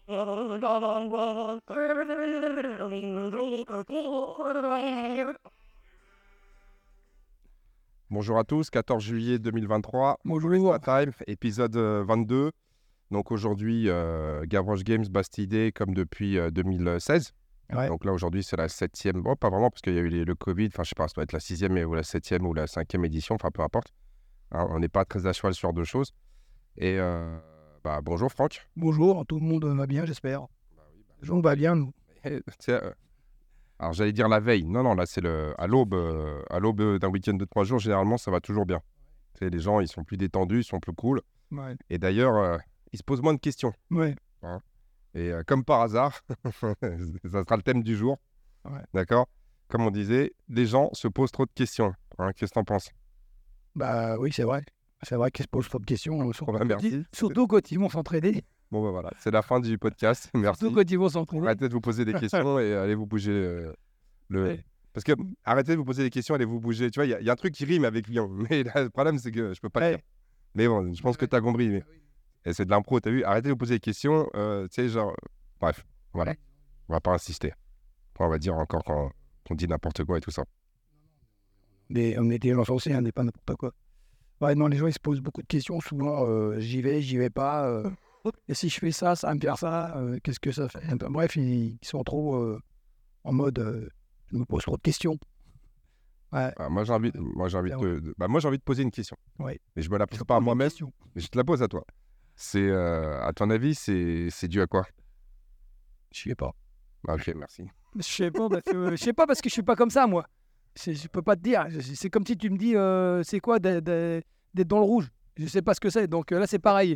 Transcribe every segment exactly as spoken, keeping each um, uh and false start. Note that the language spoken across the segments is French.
Bonjour à tous, quatorze juillet deux mille vingt-trois, Bonjour. Time, épisode euh, vingt-deux. Donc aujourd'hui, euh, Gavroche Games Bastidé comme depuis euh, deux mille seize. Ouais. Donc là aujourd'hui c'est la septième, bon pas vraiment parce qu'il y a eu les- le Covid, enfin je sais pas, ça doit être la sixième ou la septième ou la cinquième édition, enfin peu importe. Hein, on n'est pas très à cheval sur deux choses. Et euh, bah, bonjour Franck. Bonjour, tout le monde va bien, j'espère. Tout le monde va bien, nous. Eh, tiens, euh, alors j'allais dire la veille, non non là c'est le à l'aube, euh, à l'aube d'un week-end de trois jours, généralement ça va toujours bien. Tu sais, les gens ils sont plus détendus, ils sont plus cool. Ouais. Et d'ailleurs, euh, ils se posent moins de questions. Ouais. Et euh, comme par hasard, ça sera le thème du jour. Ouais. D'accord. Comme on disait, les gens se posent trop de questions. Hein, qu'est-ce que t'en penses? Bah oui, c'est vrai. C'est vrai qu'ils se posent trop de questions. euh, Surtout, bah, merci. surtout quand ils vont s'entraider. Bon, bah voilà, c'est la fin du podcast. Merci. Surtout quand ils vont s'entraider. Arrêtez de vous poser des questions et allez vous bouger euh, le. Ouais. Parce que arrêtez de vous poser des questions, allez vous bouger. Tu vois, il y, y a un truc qui rime avec Lyon. Mais là, le problème, c'est que je peux pas le Ouais. dire. Mais bon, je pense que t'as compris. Mais... Et c'est de l'impro, t'as vu? Arrêtez de vous poser des questions. euh, tu sais, genre. Bref, voilà. On va pas insister. Après, on va dire encore qu'on qu'on dit n'importe quoi et tout ça. Mais on est des gens censés, on n'est pas n'importe quoi. Ouais, non, les gens, ils se posent beaucoup de questions. Souvent, euh, j'y vais, j'y vais pas. euh, et si je fais ça, ça va me faire ça. euh, qu'est-ce que ça fait? Enfin, bref, ils, ils sont trop euh, en mode euh, je me pose trop de questions. Ouais. Ah, moi, j'ai envie, moi, j'ai envie de, te- de- bah, moi, j'ai envie de poser une question. Ouais. Mais je me la Je pose pas à pose une moi-même, question. mais je te la pose à toi. C'est, euh, à ton avis, c'est, c'est dû à quoi? Je sais pas. Bah, ok, merci. Je sais pas parce que je sais pas parce que je suis pas comme ça moi. C'est- Je peux pas te dire. C'est c'est comme si tu me dis euh, c'est quoi d'être d'être dans le rouge. Je sais pas ce que c'est. Donc euh, là c'est pareil.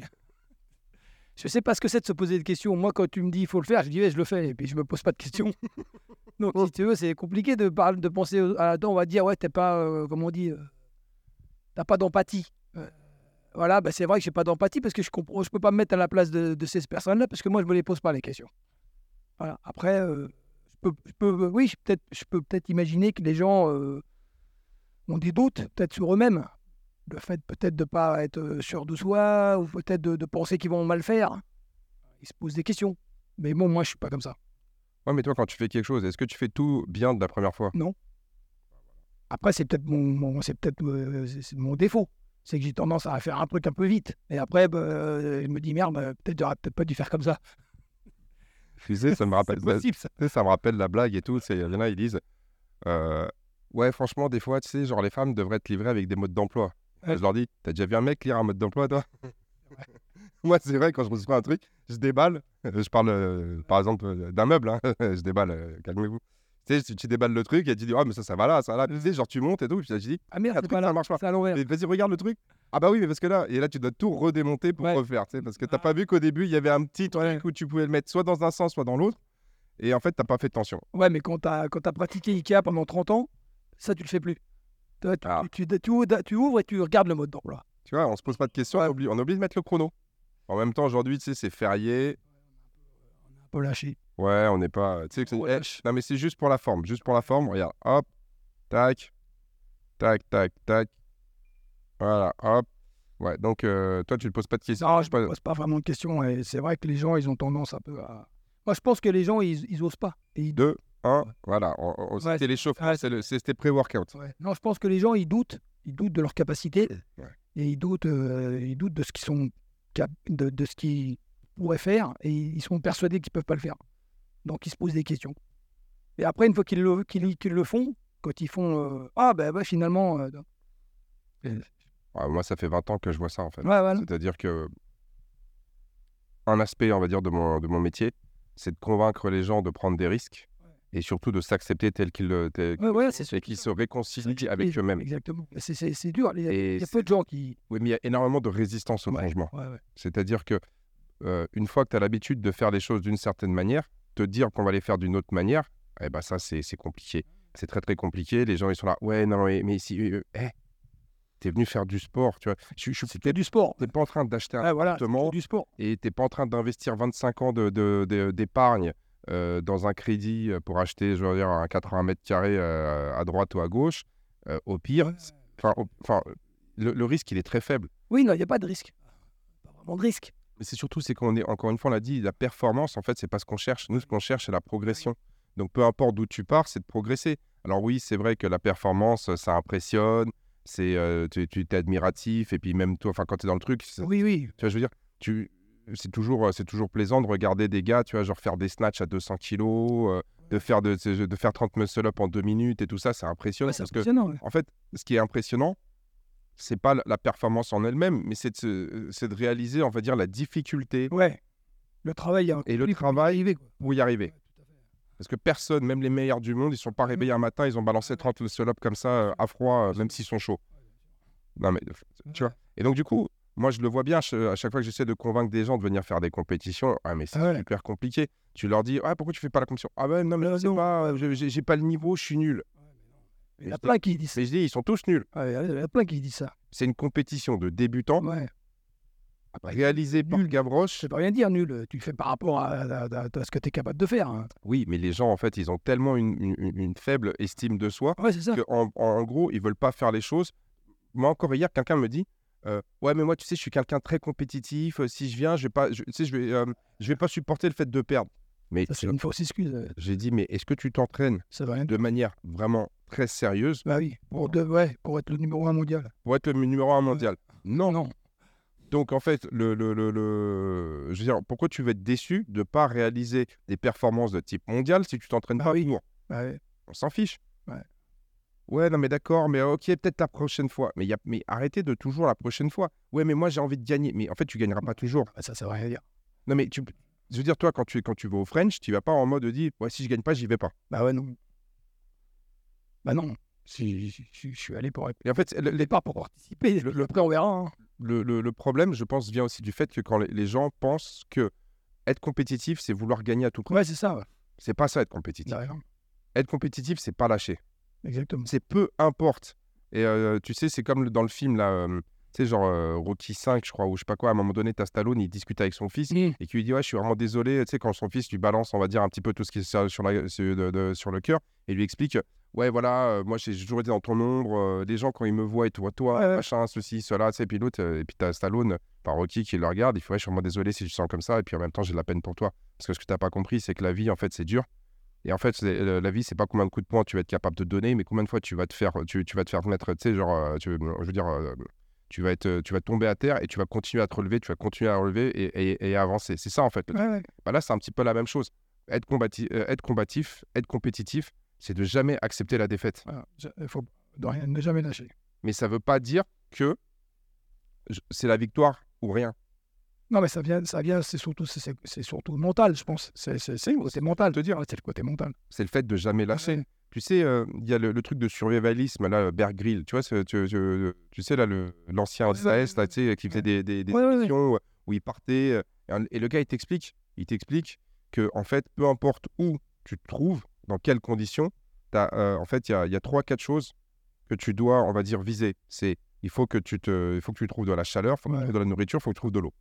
Je sais pas ce que c'est de se poser des questions. Moi quand tu me dis il faut le faire, je dis ouais, je le fais et puis je me pose pas de questions. Donc si tu veux c'est compliqué de parler de penser au- à là-dedans. On va dire ouais t'es pas euh, comment on dit euh, t'as pas d'empathie. Euh, voilà bah c'est vrai que j'ai pas d'empathie parce que je comprends je peux pas me mettre à la place de, de ces personnes-là parce que moi je me les pose pas les questions. Voilà. Après, euh, je peux, je peux, oui, je, peut-être, je peux peut-être imaginer que les gens euh, ont des doutes, peut-être sur eux-mêmes. Le fait peut-être de ne pas être euh, sûr de soi, ou peut-être de, de penser qu'ils vont mal faire. Ils se posent des questions. Mais bon, moi, je suis pas comme ça. Ouais, mais toi, quand tu fais quelque chose, est-ce que tu fais tout bien de la première fois? Après, c'est peut-être mon, mon- c'est peut-être euh, c'est- c'est mon défaut. C'est que j'ai tendance à faire un truc un peu vite. Et après, bah, euh, je me dis, merde, bah, peut-être j'aurais peut-être pas dû faire comme ça. Tu sais, ça me rappelle, C'est possible, ça. ça, ça me rappelle la blague et tout. Il y en a, ils disent, euh, ouais, franchement, des fois, tu sais, genre les femmes devraient être livrées avec des modes d'emploi. Ouais. Je leur dis, t'as déjà vu un mec lire un mode d'emploi, toi? Moi, c'est vrai, quand je reçois un truc, je déballe. Euh, Je parle, euh, par exemple, euh, d'un meuble. Hein. Je déballe, euh, calmez-vous. Tu sais, tu, tu déballes le truc et tu dis, ah, mais ça, ça va là, ça va là. Tu sais, genre, tu montes et tout. Puis là, je dis, Ah merde, un c'est truc, pas là. ça marche pas. C'est à l'envers. Et vas-y, regarde le truc. Ah, bah oui, mais parce que là, et là, tu dois tout redémonter pour Ouais. refaire. Tu sais, parce que t'as pas vu qu'au début, il y avait un petit truc Ouais. où tu pouvais le mettre soit dans un sens, soit dans l'autre. Et en fait, t'as pas fait attention. Ouais, mais quand tu as, quand t'as pratiqué Ikea pendant trente ans, ça, tu le fais plus. Tu, vois, tu, Ah. tu, tu, tu ouvres- tu ouvres et tu regardes le mode d'emploi. Tu vois, on se pose pas de questions, on, oublie, on oublie de mettre le chrono. En même temps, aujourd'hui, tu sais, c'est férié. Un peu lâché. Ouais, on n'est pas. Tu sais que c'est. Oh, Eh, lâche. non, mais c'est juste pour la forme. Juste pour la forme. Regarde, hop, tac, tac, tac, tac. Voilà, hop. Ouais, donc euh, toi, tu ne poses pas de questions. Non, je pas- ne pose pas vraiment de questions. Et c'est vrai que les gens, ils ont tendance un peu à. Moi, je pense que les gens, ils, ils osent pas. Et ils- Deux, un, Ouais. voilà. On, on- Ouais, c'était c'est- l'échauffement, ouais, c'est le- c'est- c'était pré-workout. Ouais. Non, je pense que les gens, ils doutent. Ils doutent de leur capacité. Ouais. Et ils doutent, euh, ils doutent de ce qu'ils sont cap- de, de ce qu'ils pourraient faire. Et ils sont persuadés qu'ils ne peuvent pas le faire. Donc, ils se posent des questions. Et après, une fois qu'ils le, qu'ils, qu'ils le font, quand ils font euh, ah, ben bah, finalement. euh, Ouais, moi, ça fait vingt ans que je vois ça, en fait. ouais, voilà. C'est-à-dire que un aspect, on va dire, de mon, de mon métier, c'est de convaincre les gens de prendre des risques et surtout de s'accepter tel qu'ils le tel- Ouais, ouais, c'est et qu'ils se réconcilient avec Oui, eux-mêmes. Exactement. C'est, c'est, c'est dur. Il y a, Et il y a c'est- peu de gens qui. Oui, mais il y a énormément de résistance au Ouais, changement. ouais, ouais. C'est-à-dire que euh, une fois que tu as l'habitude de faire les choses d'une certaine manière, te dire qu'on va les faire d'une autre manière, eh ben ça, c'est c'est compliqué. C'est très, très compliqué. Les gens, ils sont là, ouais, non, mais, mais si... Euh, eh, t'es venu faire du sport, tu vois. Je, je, C'est que du sport. T'es pas en train d'acheter un Ouais, voilà, c'est appartement que du sport. et t'es pas en train d'investir vingt-cinq ans de, de, de- d'épargne euh, dans un crédit pour acheter, je veux dire, un quatre-vingts mètres carrés euh, à droite ou à gauche. Euh, au pire, Ouais. enfin, au- enfin, le, le risque, il est très faible. Oui, non, il n'y a pas de risque. Pas vraiment de risque. Mais c'est surtout, c'est qu'on est, encore une fois, on l'a dit, la performance, en fait, c'est pas ce qu'on cherche. Nous, ce qu'on cherche, c'est la progression. Donc, peu importe d'où tu pars, c'est de progresser. Alors oui, c'est vrai que la performance, ça impressionne, c'est, euh, tu, tu es admiratif, et puis même toi, enfin, quand tu es dans le truc, c'est- Oui, oui. tu vois, je veux dire, tu, c'est toujours, euh, c'est toujours plaisant de regarder des gars, tu vois, genre faire des snatchs à deux cents kilos, euh, de faire, de, de faire trente muscle-up en deux minutes et tout ça, c'est impressionnant. Ouais, c'est parce que, impressionnant. Ouais. en fait, ce qui est impressionnant, c'est pas la- la performance en elle-même, mais c'est de, se- c'est de réaliser, on va dire, la difficulté Ouais. Le travail, il y a un et le conflit pour y travail arriver, quoi. pour y arriver. Ouais, tout à fait. Parce que personne, même les meilleurs du monde, ils sont pas réveillés un matin, ils ont balancé trente muscle-up comme ça, euh, à froid, euh, même s'ils sont chauds. Non, mais tu vois. Et donc, du coup, moi, je le vois bien, je- à chaque fois que j'essaie de convaincre des gens de venir faire des compétitions, ah, mais c'est Ah ouais. super compliqué. Tu leur dis, ah, pourquoi tu fais pas la compétition? Ah, ben non, mais Euh, je sais non. pas, euh, je- j'ai j'ai pas le niveau, je suis nul. Il y en Mais a je dis- plein qui disent ça. Mais je dis, ils sont tous nuls. Ouais, il y en a plein qui disent ça. C'est une compétition de débutants, Ouais. Après, réalisée par nul, Gavroche. ça veut rien dire nul. Tu fais par rapport à, à- à- à ce que tu es capable de faire. Hein. Oui, mais les gens, en fait, ils ont tellement une, une- une faible estime de soi Ouais, c'est ça. qu'en en, en gros, ils veulent pas faire les choses. Moi, encore hier, quelqu'un me dit, euh, ouais, mais moi, tu sais, je suis quelqu'un de très compétitif. euh, Si je viens, je vais pas, je, tu sais, je vais, euh, je vais pas supporter le fait de perdre. Mais Ça, c'est une fausse excuse. euh, j'ai dit, mais est-ce que tu t'entraînes Ça veut rien dire. de manière vraiment très sérieuse Bah oui, pour, de, ouais, pour être le numéro un mondial. pour être le numéro un mondial? Non. Non. Donc, en fait, le, le, le, le- je veux dire, pourquoi tu veux être déçu de ne pas réaliser des performances de type mondial si tu t'entraînes Bah pas oui. pour? Bah ouais. On s'en fiche. Ouais. Ouais, non, mais d'accord, mais ok, peut-être la prochaine fois. Mais, y a, mais arrêtez de toujours la prochaine fois. Ouais, mais moi, j'ai envie de gagner. Mais en fait, tu gagneras pas toujours. Bah ça, ça veut rien dire. Non, mais tu, je veux dire, toi, quand tu, quand tu vas au French, tu vas pas en mode de dire, ouais, si je gagne pas, j'y vais pas. Bah ouais, non. Bah non. Si, si- si- je suis allé pour Et en fait, le, les pas pour participer. Le, le après, on verra. Hein. le, le- le problème, je pense, vient aussi du fait que quand les, les gens pensent que être compétitif, c'est vouloir gagner à tout prix. Ouais, c'est ça. Ouais. C'est pas ça, être compétitif. T'as raison. Être compétitif, c'est pas lâcher. Exactement. C'est peu importe. Et euh, tu sais, c'est comme le- dans le film, là, euh, tu sais, genre euh, Rocky cinq, je crois, ou je sais pas quoi, à un moment donné, t'as Stallone, il discute avec son fils Mm. et qui lui dit, ouais, je suis vraiment désolé, tu sais, quand son fils lui balance, on va dire, un petit peu tout ce qui est sur, sur la- sur- de- de- sur le cœur, et lui explique, ouais, voilà, euh, moi, j'ai toujours été dans ton ombre, euh, les gens, quand ils me voient, ils te voient toi, Ouais, ouais. machin, ceci, cela, tu sais, puis l'autre, euh, et puis t'as Stallone, par Rocky, qui le regarde, il fait, ouais, je suis vraiment désolé si je sens comme ça, et puis en même temps, j'ai de la peine pour toi. Parce que ce que t'as pas compris, c'est que la vie, en fait, c'est dur. Et en fait, c'est- euh, la vie, c'est pas combien de coups de poing tu vas être capable de donner, mais combien de fois tu vas te faire, tu, tu vas te faire mettre, tu sais, genre, euh, tu, je veux dire, euh, tu vas être, tu vas tomber à terre et tu vas continuer à te relever, tu vas continuer à relever et, et- et à avancer. C'est ça en fait. le truc. Ouais, ouais. Bah là, c'est un petit peu la même chose. Être, combati- euh, être combatif, être compétitif, c'est de jamais accepter la défaite. Voilà. Il faut de rien, ne jamais lâcher. Mais ça veut pas dire que je- c'est la victoire ou rien. Non, mais ça vient, ça vient, c'est surtout, c'est, c'est- c'est surtout mental, je pense. C'est, c'est, c'est le côté mental. te dire. Ouais, c'est le côté mental. C'est le fait de jamais lâcher. Ouais. Tu sais, euh, il y a le, le truc de survivalisme, là, Bear Grylls, tu vois, ce- tu, tu- tu sais, là, le- l'ancien Ouais, S A S, là, tu sais, qui faisait des, des, des Ouais, ouais, ouais. émissions où il partait, euh, et, un- et le gars, il t'explique, il t'explique que, en fait, peu importe où tu te trouves, dans quelles conditions, t'as, euh, en fait, il y a, il y a trois, quatre choses que tu dois, on va dire, viser. C'est, il faut que tu te, il faut que tu trouves de la chaleur, il faut que Ouais. tu trouves de la nourriture, il faut que tu trouves de l'eau.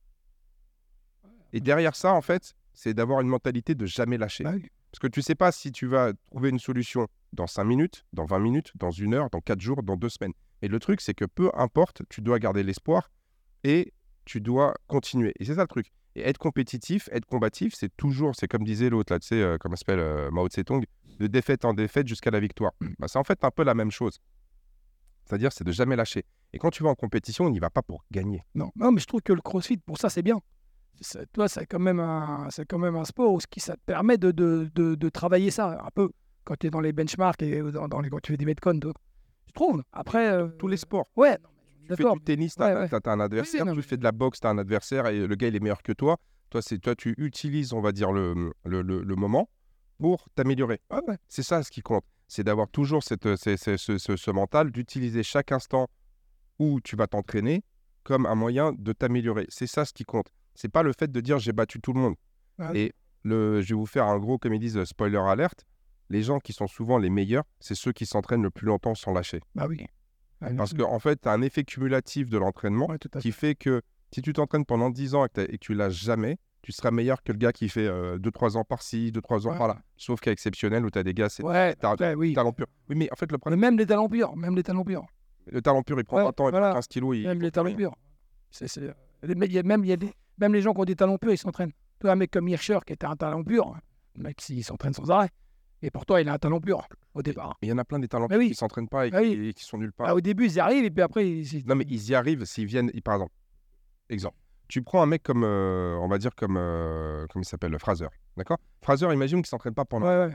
Et derrière ça, en fait, c'est d'avoir une mentalité de jamais lâcher. Bah oui. Parce que tu sais pas si tu vas trouver une solution dans cinq minutes, dans vingt minutes, dans une heure, dans quatre jours, dans deux semaines. Et le truc, c'est que peu importe, tu dois garder l'espoir et tu dois continuer. Et c'est ça le truc. Et être compétitif, être combatif, c'est toujours, c'est comme disait l'autre, là, tu sais, euh, comment s'appelle euh, Mao Tse-tung, de défaite en défaite jusqu'à la victoire. Bah, c'est en fait un peu la même chose. C'est-à-dire, c'est de jamais lâcher. Et quand tu vas en compétition, on n'y va pas pour gagner. Non, non, mais je trouve que le crossfit, pour ça, c'est bien. C'est- toi, c'est quand même un, c'est quand même un sport où ce qui, ça te permet de, de, de, de travailler ça un peu quand tu es dans les benchmarks et dans, dans les, quand tu fais des metcons. toi. Je trouve. Après, euh, Tous les sports. ouais, non, mais Tu fais d'accord. du tennis, t'as, Ouais, ouais. t'as- t'as un adversaire. non, Tu mais- fais de la boxe, t'as un adversaire et le gars, il est meilleur que toi. Toi, c'est, toi tu utilises, on va dire, le, le, le, le moment pour t'améliorer. Ouais, ouais. C'est ça ce qui compte. C'est d'avoir toujours cette, ce, ce, ce, ce- ce mental, d'utiliser chaque instant où tu vas t'entraîner comme un moyen de t'améliorer. C'est ça ce qui compte. C'est pas le fait de dire j'ai battu tout le monde. Ouais. Et le, je vais vous faire un gros, comme ils disent, spoiler alert. Les gens qui sont souvent les meilleurs, c'est ceux qui s'entraînent le plus longtemps sans lâcher. Bah oui. Ouais, Parce bien qu'en en fait, tu as un effet cumulatif de l'entraînement sûr. Ouais, tout à fait. qui fait que si tu t'entraînes pendant dix ans et que, t'as- et que tu lâches jamais, tu seras meilleur que le gars qui fait deux trois ans par-ci, deux trois ans Ouais. par-là. Sauf cas exceptionnel où tu as des gars, c'est Ouais, t'as- ouais, oui. talent pur. Oui, mais en fait, le Mais problème, même les talents purs, même les talents purs. le talent pur, il prend Ouais, vingt ans, il voilà. prend quinze kilos. Il... Même les talents purs. C'est, c'est... mais il y a- Même il y a des, Même les gens qui ont des talents purs, ils s'entraînent. Toi, un mec comme Hirscher qui était un talent pur, le mec, il s'entraîne sans arrêt. Et pourtant, il a un talent pur au départ. Il y en a plein des talents Mais oui. qui ne s'entraînent pas et Bah qui, oui. et qui sont nulle part. Bah, au début, ils y arrivent et puis après, ils... Non, mais ils y arrivent s'ils viennent. Par exemple, exemple. Tu prends un mec comme, euh, on va dire, comme, euh, comment il s'appelle, Fraser. D'accord. Fraser, imagine qu'il ne s'entraîne pas pendant. Ouais, ouais.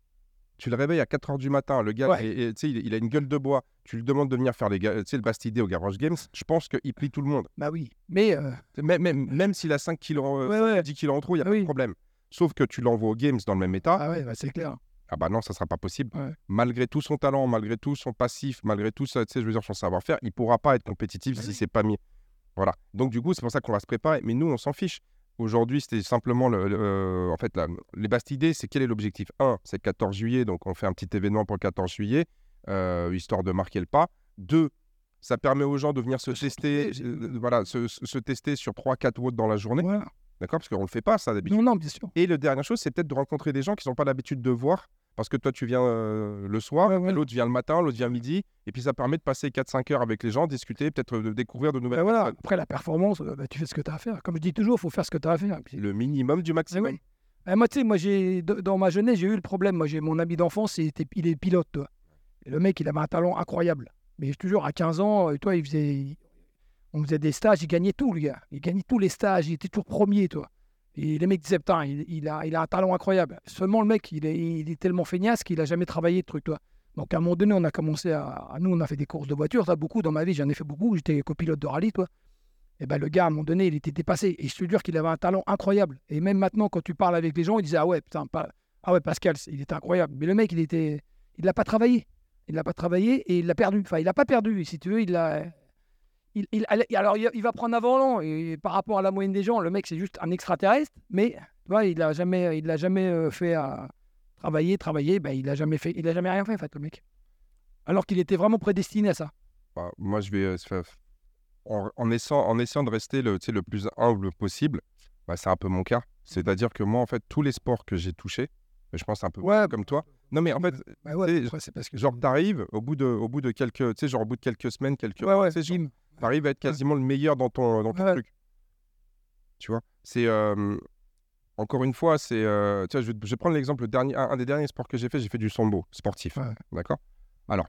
Tu le réveilles à quatre heures du matin, le gars, Ouais. et, et, il, il a une gueule de bois. Tu lui demandes de venir faire les, le Bastidé au Garage Games. Je pense qu'il plie tout le monde. Bah oui. Mais. Euh... Même, même, même s'il a cinq kilos, euh, ouais, ouais. dix kilos en trop, il n'y a bah pas oui. de problème. Sauf que tu l'envoies au Games dans le même état. Ah ouais, bah c'est clair. Ah bah non, ça ne sera pas possible. Ouais. Malgré tout son talent, malgré tout son passif, malgré tout ça, tu sais, je veux dire, son savoir-faire, il ne pourra pas être compétitif ouais. si c'est pas mis. Voilà. Donc du coup, c'est pour ça qu'on va se préparer. Mais nous, on s'en fiche. Aujourd'hui, c'était simplement le, le euh, en fait, la, les Bastidés, c'est quel est l'objectif? Un, c'est le quatorze juillet, donc on fait un petit événement pour le quatorze juillet, euh, histoire de marquer le pas. Deux, ça permet aux gens de venir se tester, euh, voilà, se, se tester sur trois quatre watts dans la journée. Voilà. D'accord? Parce qu'on ne le fait pas, ça, d'habitude. Non, non, bien sûr. Et la dernière chose, c'est peut-être de rencontrer des gens qui n'ont pas l'habitude de voir. Parce que toi, tu viens euh, le soir, ouais, ouais. l'autre vient le matin, l'autre vient midi. Et puis, ça permet de passer quatre cinq heures avec les gens, discuter, peut-être de découvrir de nouvelles bah, voilà. personnes. Après, la performance, bah, tu fais ce que tu as à faire. Comme je dis toujours, il faut faire ce que tu as à faire. Puis... Le minimum du maximum. Ouais. Bah, moi, tu sais, moi, j'ai, dans ma jeunesse, j'ai eu le problème. Moi, j'ai mon ami d'enfance, il, était, il est pilote. Toi. Et le mec, il avait un talent incroyable. Mais toujours, à quinze ans, toi, il faisait... on faisait des stages, il gagnait tout, le gars. Il gagnait tous les stages, il était toujours premier, toi. Et les mecs disaient, putain, il, il, a, il a un talent incroyable. Seulement, le mec, il est, il est tellement feignasse qu'il n'a jamais travaillé de truc, toi. Donc, à un moment donné, on a commencé à... à nous, on a fait des courses de voitures, ça, beaucoup dans ma vie, j'en ai fait beaucoup. J'étais copilote de rallye, toi. Et ben le gars, à un moment donné, il était dépassé. Et je te jure qu'il avait un talent incroyable. Et même maintenant, quand tu parles avec les gens, ils disaient, ah ouais, putain, pas... ah ouais, Pascal, il était incroyable. Mais le mec, il était... il l'a pas travaillé. Il l'a pas travaillé et il l'a perdu. Enfin, il l'a pas perdu. Si tu veux, il l'a... Il, il, alors, il va prendre un volant. Et par rapport à la moyenne des gens, le mec, c'est juste un extraterrestre. Mais tu vois, il l'a jamais, il l'a jamais fait à travailler, travailler. Ben, il a jamais fait, il a jamais rien fait, en fait, le mec. Alors qu'il était vraiment prédestiné à ça. Bah, moi, je vais euh, en, en, essayant, en essayant de rester le, le plus humble possible. Bah, c'est un peu mon cas. C'est-à-dire que moi, en fait, tous les sports que j'ai touchés, je pense un peu ouais, comme toi. Non, mais en fait, bah ouais, ouais, c'est parce que genre, t'arrives au bout de, au bout de quelques, tu sais, genre au bout de quelques semaines, quelques, ouais, ouais, tu sais, genre, t'arrives à être quasiment ouais. le meilleur dans ton, dans ton ouais. truc. Tu vois, c'est euh, encore une fois, c'est, euh, tu vois, je vais, je vais prendre l'exemple dernier, un, un des derniers sports que j'ai fait, j'ai fait du sambo sportif, ouais. D'accord. Alors,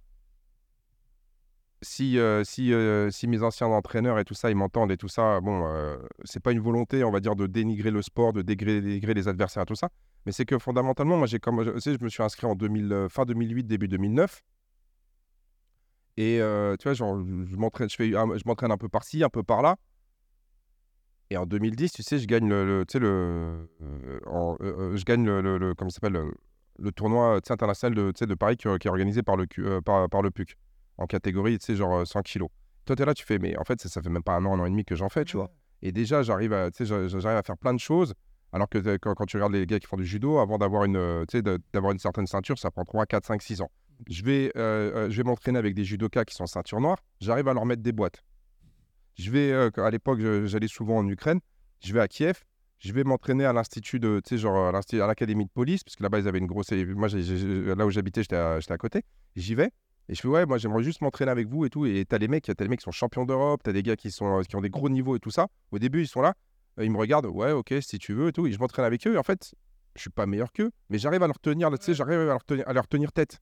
si, euh, si, euh, si mes anciens entraîneurs et tout ça, ils m'entendent et tout ça, bon, euh, c'est pas une volonté, on va dire, de dénigrer le sport, de dénigrer, dénigrer les adversaires et tout ça. Mais c'est que fondamentalement, moi, j'ai comme, tu sais, je me suis inscrit en deux mille, euh, fin deux mille huit, début deux mille neuf. Et euh, tu vois, genre, je m'entraîne, je fais, je m'entraîne un peu par-ci, un peu par-là. Et en deux mille dix, tu sais, je gagne le, le tu sais, le, euh, en, euh, je gagne le, le, le comment ça s'appelle, le, le tournoi, tu sais, international de, tu sais, de Paris qui, qui est organisé par le, euh, par, par le P U C en catégorie, tu sais, genre cent kilos. Toi, tu es là, tu fais, mais en fait, ça, ça fait même pas un an, un an et demi que j'en fais, tu vois. Et déjà, j'arrive à, tu sais, j'arrive à faire plein de choses. Alors que quand, quand tu regardes les gars qui font du judo, avant d'avoir une, tu sais, d'avoir une certaine ceinture, ça prend trois, quatre, cinq, six ans. Je vais, euh, je vais m'entraîner avec des judokas qui sont ceinture noire. J'arrive à leur mettre des boîtes. Je vais, euh, à l'époque, j'allais souvent en Ukraine. Je vais à Kiev. Je vais m'entraîner à l'institut de, tu sais, genre à l'académie de police, parce que là-bas, ils avaient une grosse. Moi, j ai, j ai, là où j'habitais, j'étais à, à côté. J'y vais. Et je fais, ouais, moi, j'aimerais juste m'entraîner avec vous et tout. Et t'as les mecs, t'as les mecs qui sont champions d'Europe, t'as des gars qui, sont, qui ont des gros niveaux et tout ça. Au début, ils sont là. Ils me regardent, ouais, ok, si tu veux et tout. Et je m'entraîne avec eux. Et en fait, je suis pas meilleur qu'eux, mais j'arrive à leur tenir, tu sais, j'arrive à leur tenir, à leur tenir tête.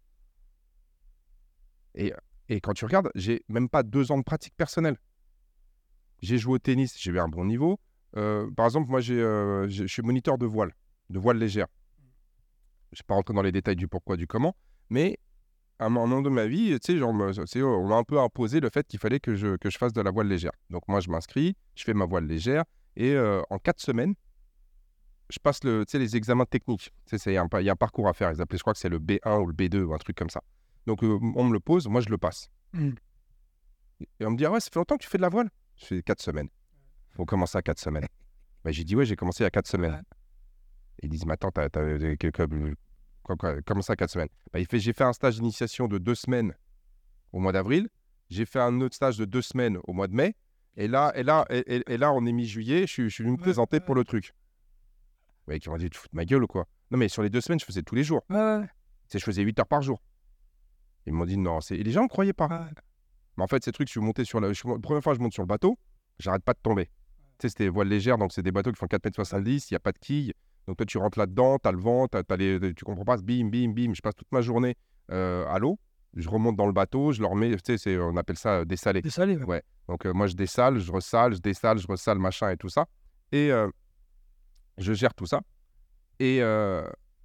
Et, et quand tu regardes, j'ai même pas deux ans de pratique personnelle. J'ai joué au tennis, j'ai eu un bon niveau. Euh, par exemple, moi, j'ai, euh, je suis moniteur de voile, de voile légère. Je ne vais pas rentrer dans les détails du pourquoi, du comment, mais à un moment de ma vie, tu sais, genre, on m'a un peu imposé le fait qu'il fallait que je, que je fasse de la voile légère. Donc moi, je m'inscris, je fais ma voile légère, et euh, en quatre semaines, je passe le, les examens techniques. Tu sais, il y a un parcours à faire. Ils appellent, je crois que c'est le B un ou le B deux ou un truc comme ça. Donc, euh, on me le pose, moi, je le passe. Mm. Et on me dit, ah ouais, ça fait longtemps que tu fais de la voile? Je fais quatre semaines. Il faut commencer à quatre semaines. Bah, j'ai dit, ouais, j'ai commencé à quatre semaines. Ouais. Ils disent, mais attends, t'as, t'as, t'as, quoi, quoi, comment ça, quatre semaines? Bah, il fait, j'ai fait un stage d'initiation de deux semaines au mois d'avril. J'ai fait un autre stage de deux semaines au mois de mai. Et là, et là, et, et, et là on est mi-juillet, je, je suis venu me présenter ouais, ouais. pour le truc. Ouais, qui m'ont dit, tu fous de ma gueule ou quoi? Non, mais sur les deux semaines, je faisais tous les jours. Ouais, ouais. Je faisais huit heures par jour. Ils m'ont dit, non, c'est... Et les gens ne croyaient pas. Ouais. Mais en fait, ces trucs, je suis monté sur la... Je suis... la première fois, je monte sur le bateau, j'arrête pas de tomber. sais, c'était voiles légères, donc c'est des bateaux qui font quatre mètres soixante-dix, il n'y a pas de quilles. Donc toi, tu rentres là-dedans, tu as le vent, t'as, t'as les, tu comprends pas, bim, bim, bim. Je passe toute ma journée euh, à l'eau. Je remonte dans le bateau, je le remets, tu sais, c'est, on appelle ça euh, dessaler. Dessalé, ouais. Ouais. Donc euh, moi, je dessale, je ressale, je dessale, je ressale, machin et tout ça. Et euh, je gère tout ça. Et euh,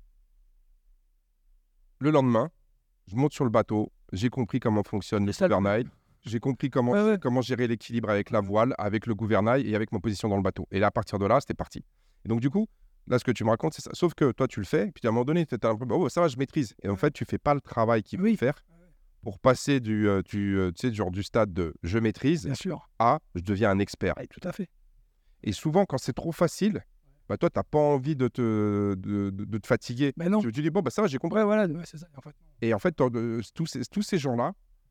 le lendemain, je monte sur le bateau, j'ai compris comment fonctionne le Dessale. gouvernail, j'ai compris comment, Ouais, ouais. comment gérer l'équilibre avec la voile, avec le gouvernail et avec ma position dans le bateau. Et là, à partir de là, c'était parti. Et donc du coup, là, ce que tu me racontes, c'est ça. Sauf que toi, tu le fais, puis à un moment donné, tu as un peu, oh, ça va, je maîtrise. Et en fait, tu fais pas le travail qu'il faut Oui. faire pour passer du, euh, du, euh, tu sais, genre du stade de je maîtrise Bien sûr. à je deviens un expert. Ouais, tout à fait. Et souvent, quand c'est trop facile, bah, toi, tu n'as pas envie de te, de, de, de te fatiguer. Mais non. Tu, tu dis, bon, bah, ça va, j'ai compris. Ouais, voilà, ouais, c'est ça. En fait. Et en fait, t'en- euh, tous ces, tous ces gens-là,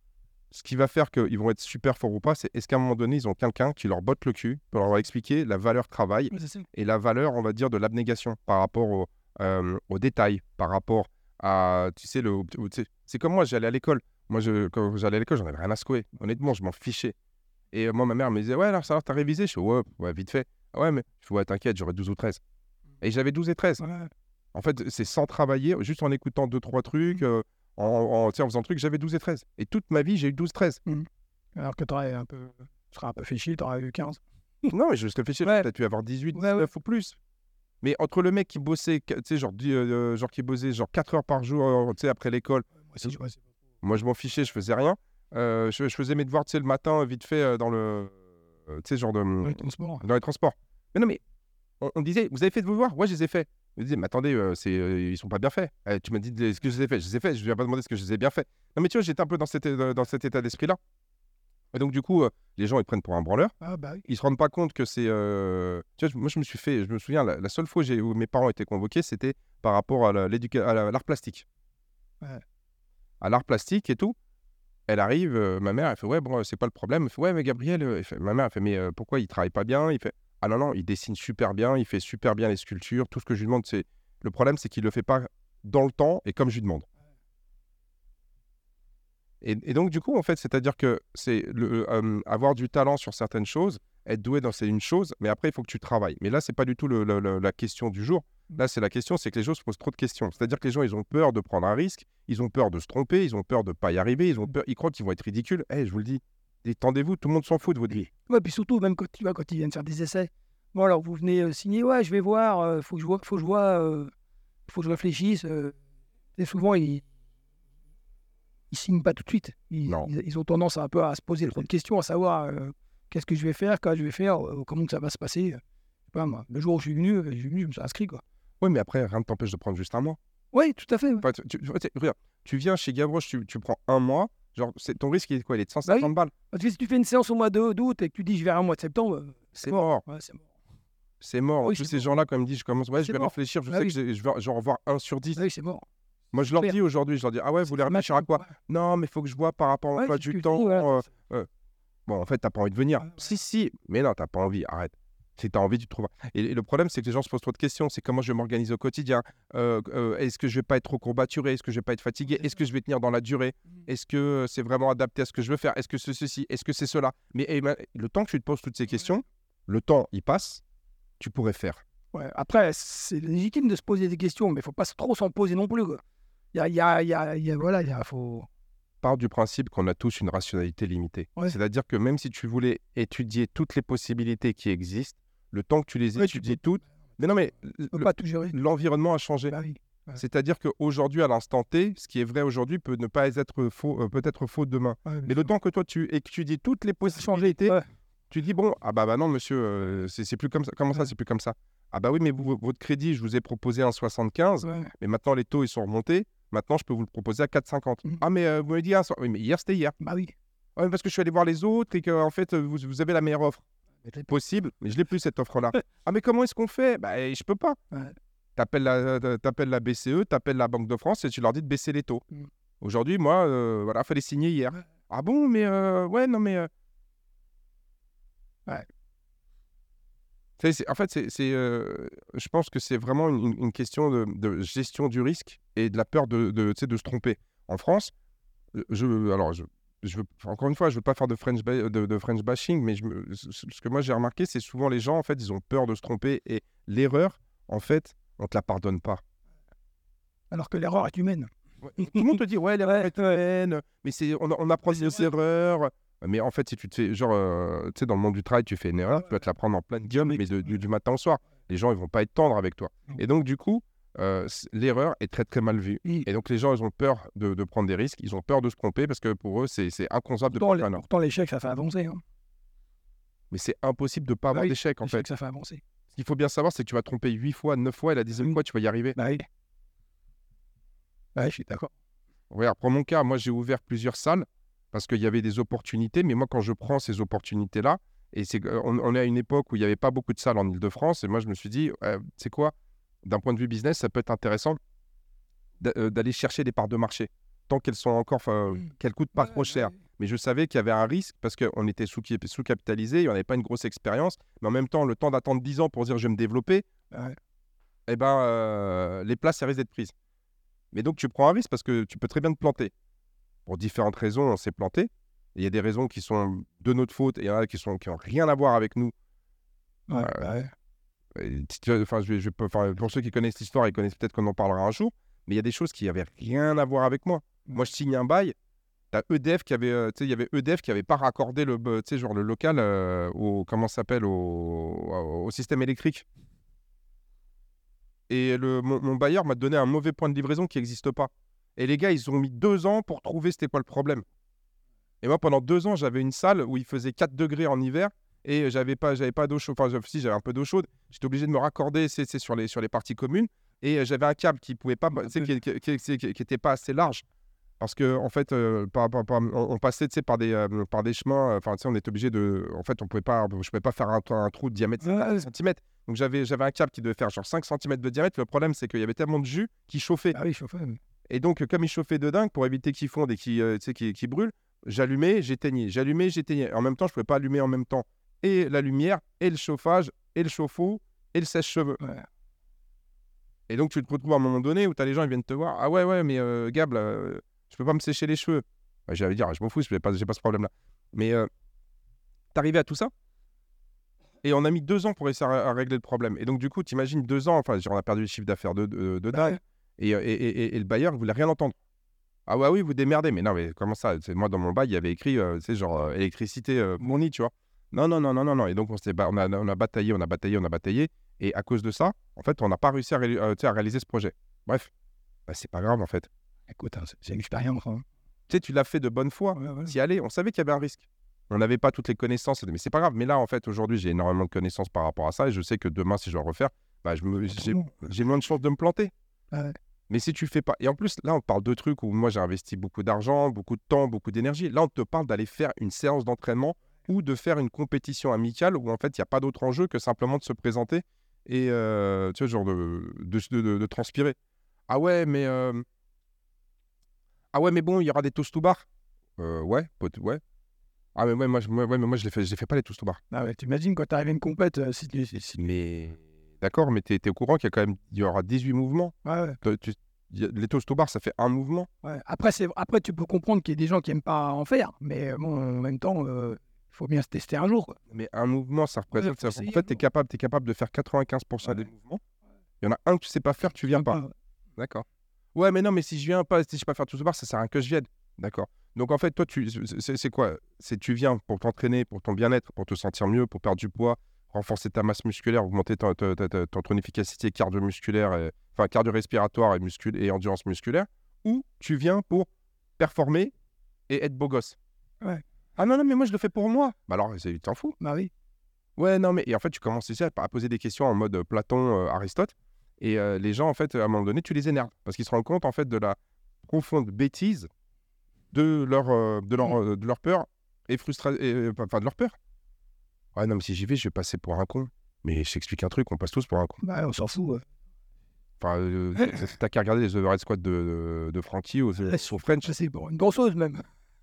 ce qui va faire qu'ils vont être super forts ou pas, c'est est-ce qu'à un moment donné, ils ont quelqu'un qui leur botte le cul pour leur expliquer la valeur travail Ouais, c'est ça. et la valeur, on va dire, de l'abnégation par rapport au, euh, aux détails, par rapport à, tu sais, le, au- tu sais, c'est comme moi, j'allais à l'école. Moi, je, quand j'allais à l'école, j'en avais rien à secouer. Honnêtement, je m'en fichais. Et euh, moi, ma mère me disait, ouais, alors ça va, t'as révisé? Je fais, ouais, ouais, vite fait. Ah ouais, mais je fais, ouais, t'inquiète, j'aurai douze ou treize. Et j'avais douze et treize. Ouais. En fait, c'est sans travailler, juste en écoutant deux, trois trucs, euh, en, en, tu sais, en faisant trucs, j'avais douze et treize. Et toute ma vie, j'ai eu douze treize. Alors que tu aurais un peu. Tu serais un peu fait chier, tu aurais eu quinze. Non, mais je réfléchis, Ouais. peut-être pu avoir dix-huit, Ouais, dix-neuf ouais. ou plus. Mais entre le mec qui bossait, tu sais, genre, dix, euh, genre qui bossait genre quatre heures par jour, euh, tu sais, après l'école, Moi aussi, je vois. c'est- moi je m'en fichais, je faisais rien. Euh, je, je faisais mes devoirs, tu sais, le matin, vite fait, euh, dans le. euh, tu sais, genre de. Ouais, transport. Dans les transports. Mais non, mais on, on disait, vous avez fait de vos devoirs? Ouais, je les ai faits. Je me disais, mais attendez, euh, c'est, euh, ils sont pas bien faits. Eh, tu m'as dit, est-ce que je les ai faits? Je les ai faits, je ne vais pas demander ce que je les ai bien faits. Non, mais tu vois, j'étais un peu dans cet, euh, dans cet état d'esprit-là. Et donc, du coup, euh, les gens, ils prennent pour un branleur. Ah, bah oui. Ils se rendent pas compte que c'est. euh, Tu vois, je- moi, je me suis fait. Je me souviens, la, la seule fois où, j'ai- où mes parents étaient convoqués, c'était par rapport à la- l'éduca- à la- l'art plastique. Ouais. À l'art plastique et tout. Elle arrive, euh, ma mère, elle fait, ouais, bon, euh, c'est pas le problème. Elle fait, ouais, mais Gabriel, euh, elle fait- ma mère, elle fait, mais euh, pourquoi il travaille pas bien? Il fait, ah non, non, il dessine super bien, il fait super bien les sculptures. Tout ce que je lui demande, c'est. Le problème, c'est qu'il le fait pas dans le temps et comme je lui demande. Et, et donc, du coup, en fait, c'est-à-dire que c'est le, euh, avoir du talent sur certaines choses, être doué dans c'est une chose, mais après, il faut que tu travailles. Mais là, c'est pas du tout le- le- le- la question du jour. Là, c'est la question, c'est que les gens se posent trop de questions. C'est-à-dire que les gens, ils ont peur de prendre un risque, ils ont peur de se tromper, ils ont peur de pas y arriver, ils ont peur, ils croient qu'ils vont être ridicules. Eh, je vous le dis, détendez-vous, tout le monde s'en fout de votre vie. Ouais, puis surtout, même quand, tu vois, quand ils viennent faire des essais. Bon, alors, vous venez euh, signer, ouais, je vais voir, euh, faut que je vois, faut que je vois, euh, faut que je réfléchisse. euh. Et souvent, ils ils signent pas tout de suite. Ils, Non. ils, ils ont tendance à un peu à se poser trop de questions, à savoir euh, qu'est-ce que je vais faire, quand je vais faire, euh, comment que ça va se passer. Je sais pas, moi, le jour où je suis venu, euh, je suis venu, je me suis inscrit, quoi. Oui, mais après, rien ne t'empêche de prendre juste un mois. Oui, tout à fait. ouais. Enfin, tu, tu- tu- regarde, tu viens chez Gavroche, tu, tu prends un mois, genre, c'est, ton risque, il est quoi? Il est de cent cinquante Bah oui. balles. Parce que si tu fais une séance au mois de- d'août et que tu dis je vais un mois de septembre, euh, C'est mort. ouais, c'est mort. C'est mort. En Oui, plus, c'est ces mort. gens-là, quand ils me disent, je commence, ouais, je C'est vais mort. réfléchir, je Bah sais oui. que j'ai- je vais, je vais en revoir un sur dix. Ah oui, c'est mort. Moi, je leur clair. dis aujourd'hui, je leur dis, ah ouais, vous voulez C'est réfléchir à maintenant, quoi? ouais. Non, mais il faut que je vois par rapport à Ouais, l'emploi c'est ce du que je temps. dis, voilà, euh, c'est- euh. Bon, en fait, t'as pas envie de venir. Ouais, ouais. Si, si, mais non, t'as pas envie, arrête. Si t'as envie, tu te trouves. Et, et le problème, c'est que les gens se posent trop de questions. C'est comment je vais m'organiser au quotidien. Euh, euh, est-ce que je vais pas être trop courbaturé? Est-ce que je vais pas être fatigué? Est-ce que je vais tenir dans la durée? Est-ce que euh, c'est vraiment adapté à ce que je veux faire? Est-ce que c'est ceci? Est-ce que c'est cela? Mais eh ben, le temps que tu te poses toutes ces questions, le temps, il passe, tu pourrais faire. Ouais, après, c'est légitime de se poser des questions, mais il faut pas trop s'en poser non plus. quoi. Il y a, il y a, il y a, il y a- voilà, il y a, faut. Part du principe qu'on a tous une rationalité limitée. Ouais. C'est-à-dire que même si tu voulais étudier toutes les possibilités qui existent, le temps que tu les Ouais, tu étudies peux- toutes, mais non mais Tu peux le- pas tout gérer. l'environnement a changé. Bah oui. C'est-à-dire qu'aujourd'hui, à l'instant T, ce qui est vrai aujourd'hui peut ne pas être faux, euh, peut-être faux demain. Ouais, Mais le temps que toi tu étudies toutes les ça a changé. possibilités, Ouais. tu dis bon, ah bah, bah non monsieur, euh, c'est c'est plus comme ça. Comment ça, Ouais. c'est plus comme ça? Ah bah oui, mais vous, votre crédit, je vous ai proposé un soixante-quinze, Ouais. mais maintenant les taux ils sont remontés. Maintenant, je peux vous le proposer à quatre cinquante. Mhm. Ah mais euh, vous m'avez dit un so- oui, mais hier c'était hier. Bah oui. Ouais, mais parce que je suis allé voir les autres et que en fait vous, vous avez la meilleure offre possible, mais je l'ai plus cette offre-là. Ah mais comment est-ce qu'on fait? Bah je peux pas. Ouais. T'appelles la, t'appelles la B C E, t'appelles la Banque de France et tu leur dis de baisser les taux. Mm. Aujourd'hui, moi, euh, voilà, fallait signer hier. Ouais. Ah bon, mais euh, ouais, non mais. euh, Ouais. C'est- c'est- en fait, c'est, c'est, euh, je pense que c'est vraiment une, une question de, de gestion du risque et de la peur de, de, tu sais, de se tromper. En France, euh, je, alors je, je veux, encore une fois, je veux pas faire de French, ba- de, de French bashing, mais je me- ce ce que moi j'ai remarqué, c'est souvent les gens, en fait, ils ont peur de se tromper et l'erreur, en fait, on te la pardonne pas. Alors que l'erreur est humaine. Ouais, tout le monde te dit, ouais, l'erreur Ouais, est humaine, mais c'est, on, on apprend Mais de c'est nos vrai. erreurs. Mais en fait, si tu te fais, genre, euh, tu sais, dans le monde du travail, tu fais une erreur, Ouais, tu vas te la prendre en pleine gueule, Oui, mais de- ouais. du, du matin au soir. Les gens, ils vont pas être tendres avec toi. Non. Et donc, du coup, euh, c- l'erreur est très, très mal vue. Oui. Et donc, les gens, ils ont peur de, de prendre des risques, ils ont peur de se tromper parce que pour eux, c'est c'est inconcevable de Pourtant, prendre les- une erreur. pourtant, l'échec, ça fait avancer. Hein. Mais c'est impossible de pas Bah avoir oui, d'échec, en fait. l'échec, ça fait avancer. Ce qu'il faut bien savoir, c'est que tu vas te tromper huit fois, neuf fois, et la dixième Oui. fois, tu vas y arriver. Bah oui. Ouais, je suis d'accord. Regarde, pour mon cas, moi, j'ai ouvert plusieurs salles parce qu'il y avait des opportunités. Mais moi, quand je prends ces opportunités-là, et c'est, que- on, on est à une époque où il n'y avait pas beaucoup de salles en Ile-de-France, et moi, je me suis dit, euh, c'est quoi, d'un point de vue business, ça peut être intéressant d'a- euh, d'aller chercher des parts de marché, tant qu'elles sont encore, enfin, Mm. qu'elles coûtent pas Ouais, trop cher. ouais. Mais je savais qu'il y avait un risque parce qu'on était sous- sous-capitalisé, et on n'avait pas une grosse expérience. Mais en même temps, le temps d'attendre dix ans pour dire je vais me développer, Ouais. eh ben, euh, les places, ça risque d'être prises. Mais donc, tu prends un risque parce que tu peux très bien te planter. Pour différentes raisons, on s'est planté. Et il y a des raisons qui sont de notre faute et il y en a qui sont qui n'ont rien à voir avec nous. Ouais, Euh, bah ouais. Et tu- tu vois, enfin, je vais- je vais pas- enfin, pour ceux qui connaissent l'histoire, ils connaissent peut-être qu'on en parlera un jour. Mais il y a des choses qui n'avaient rien à voir avec moi. Moi, je signe un bail. T'as E D F qui avait, euh, tu sais, il y avait E D F qui avait pas raccordé le, be- tu sais, genre le local euh, au, comment ça s'appelle, au, au, au système électrique. Et le, mon, mon bailleur m'a donné un mauvais point de livraison qui n'existe pas. Et les gars, ils ont mis deux ans pour trouver c'était quoi le problème. Et moi, pendant deux ans, j'avais une salle où il faisait quatre degrés en hiver et j'avais pas, j'avais pas d'eau chaude. Enfin, j'avais- si, j'avais un peu d'eau chaude. J'étais obligé de me raccorder c'est, c'est sur, les, sur les parties communes. Et euh, j'avais un câble qui pouvait pas, tu sais, qui, qui, qui, qui- qui- qui était pas assez large. Parce que en fait, euh, par- par- par- on, on passait, tu sais, par des, euh, par des chemins. euh, Enfin, tu sais, on était obligé de. En fait, on pouvait pas, je pouvais pas faire un, un trou de diamètre Ouais, cinquante centimètres. Donc j'avais, j'avais un câble qui devait faire genre cinq centimètres de diamètre. Le problème, c'est qu'il y avait tellement de jus qui chauffait. Bah oui, chauffeur. oui. Et donc, euh, comme il chauffait de dingue, pour éviter qu'il fonde et qu'il euh, tu sais, qu'il- qu'il brûle, j'allumais, j'éteignais, j'allumais, j'éteignais. En même temps, je pouvais pas allumer en même temps et la lumière, et le chauffage, et le chauffe-eau, et le sèche-cheveux. Ouais. Et donc, tu te retrouves à un moment donné où tu as les gens, ils viennent te voir. Ah ouais, ouais, mais euh, Gab, là, euh, je peux pas me sécher les cheveux. Bah, j'allais dire, je m'en fous, je n'ai pas, j'ai pas ce problème-là. Mais euh, t'arrivais à tout ça et on a mis deux ans pour essayer à, à régler le problème. Et donc, du coup, t'imagines deux ans, enfin, on a perdu le chiffre d'affaires de, de, de dingue. Ouais. Et, euh, et, et, et le bailleur ne voulait rien entendre. Ah ouais, oui, vous démerdez. Mais non, mais comment ça? C'est moi, dans mon bail, il y avait écrit, euh, tu sais, genre euh, électricité euh, fournie, tu vois. Non, non, non, non, non, non. Et donc, on, s'était ba- on, a, on a bataillé, on a bataillé, on a bataillé. Et à cause de ça, en fait, on n'a pas réussi à, ré- euh, tu sais, à réaliser ce projet. Bref, bah, c'est pas grave, en fait. Écoute, hein, c'est- c'est une expérience. Hein. Tu sais, tu l'as fait de bonne foi. Ouais, ouais. T'y allais, on savait qu'il y avait un risque. On n'avait pas toutes les connaissances, mais c'est pas grave. Mais là, en fait, aujourd'hui, j'ai énormément de connaissances par rapport à ça. Et je sais que demain, si je dois le refaire, bah, je me- j'ai Bon. j'ai moins de chances de me planter. Ouais. Mais si tu fais pas. Et en plus, là, on parle de trucs où moi, j'ai investi beaucoup d'argent, beaucoup de temps, beaucoup d'énergie. Là, on te parle d'aller faire une séance d'entraînement ou de faire une compétition amicale où, en fait, il n'y a pas d'autre enjeu que simplement de se présenter et, euh, tu vois, genre de, de, de- de- de transpirer. Ah ouais, mais. euh, Ah ouais, mais bon, il y aura des toasts to bar. Euh, ouais, pote, ouais. Ah mais ouais, moi, je, moi, ouais, mais moi je les fais, je les fais pas les toasts to bar. Ah ouais, t'imagines quand t'arrives à une compète, euh, si tu... si- si- Mais d'accord, mais t'es, t'es au courant qu'il y a quand même, il y aura dix-huit mouvements. Ouais, ouais, Toi, tu- il y a- les toasts to bar, ça fait un mouvement. ouais. Après, c'est... Après, tu peux comprendre qu'il y a des gens qui aiment pas en faire, mais euh, bon, en même temps, il faut bien se tester un jour. Quoi. Mais un mouvement, ça représente. faut ça- essayer en fait, un t'es jour. capable, t'es capable de faire quatre-vingt-quinze pour cent Ouais. des mouvements. Il y en a un que tu sais pas faire, tu viens pas. Ouais. D'accord. Ouais, mais non, mais si je viens pas, si je sais pas faire toasts to bar, ça sert à rien que je vienne. D'accord. Donc en fait, toi, tu, c'est, c'est quoi? C'est tu viens pour t'entraîner, pour ton bien-être, pour te sentir mieux, pour perdre du poids, renforcer ta masse musculaire, augmenter ton, ta- ta- ta- ton, ton efficacité cardio-musculaire, et- enfin cardio-respiratoire et, muscul- et endurance musculaire, ou tu viens pour performer et être beau gosse. Ouais. Ah non, non, mais moi je le fais pour moi. Bah alors, c'est- tu t'en fous. Bah oui. Ouais, non, mais et en fait, tu commences ici à, à poser des questions en mode euh, Platon, euh, Aristote, et euh, les gens, en fait, à un moment donné, tu les énerves parce qu'ils se rendent compte, en fait, de la profonde bêtise de leur, euh, de leur, euh, de leur peur et frustration, enfin, de leur peur. Ouais, non, mais si j'y vais, je vais passer pour un con. Mais je t'explique un truc, on passe tous pour un con. Bah, on s'en fout. ouais. Enfin, euh, t'as- t'as qu'à regarder les overhead squats de, de, de Frankie ou Ouais, au French. Je sais, bon, une danseuse même.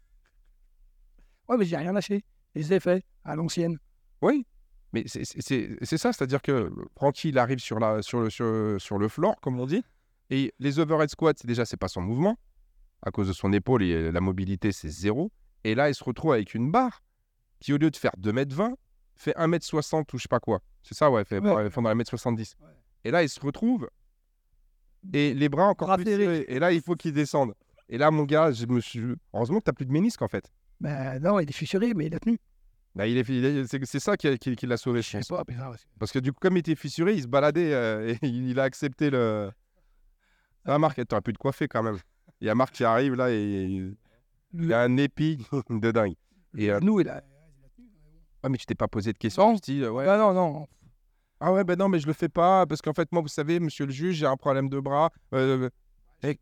Ouais, mais j'ai rien lâché. Je les ai faits à l'ancienne. Oui, mais c'est c'est- c'est- c'est ça, c'est-à-dire que Frankie, il arrive sur, la, sur, le, sur, sur le floor, comme on dit, et les overhead squats, c'est déjà, c'est pas son mouvement, à cause de son épaule, et la mobilité, c'est zéro. Et là, il se retrouve avec une barre qui, au lieu de faire deux mètres vingt, fait un mètre soixante ou je sais pas quoi. C'est ça, ouais, fait Ouais. pendant un mètre soixante-dix. Ouais. Et là, il se retrouve et les bras encore Bras plus serrés. serrés. Et là, il faut qu'il descende. Et là, mon gars, je me suis... heureusement que tu n'as plus de ménisque, en fait. Ben non, il est fissuré, mais il a tenu. Bah, il est, il est- c'est, c'est ça qui, a- qui, qui l'a sauvé, Je je sais pense. pas, mais ça, ouais, c'est- Parce que du coup, comme il était fissuré, il se baladait euh, et il, il a accepté le... Ça va, Marc, t'aurais pu te coiffer quand même. Il y a Marc qui arrive là et il Le- y a un épi de dingue. Et, le euh, genou, il a. ah, mais tu t'es pas posé de questions. Non. Tu te dis, euh, ouais. Ah non, non. Ah ouais, ben non, mais je le fais pas parce qu'en fait, moi, vous savez, monsieur le juge, j'ai un problème de bras. Euh, et-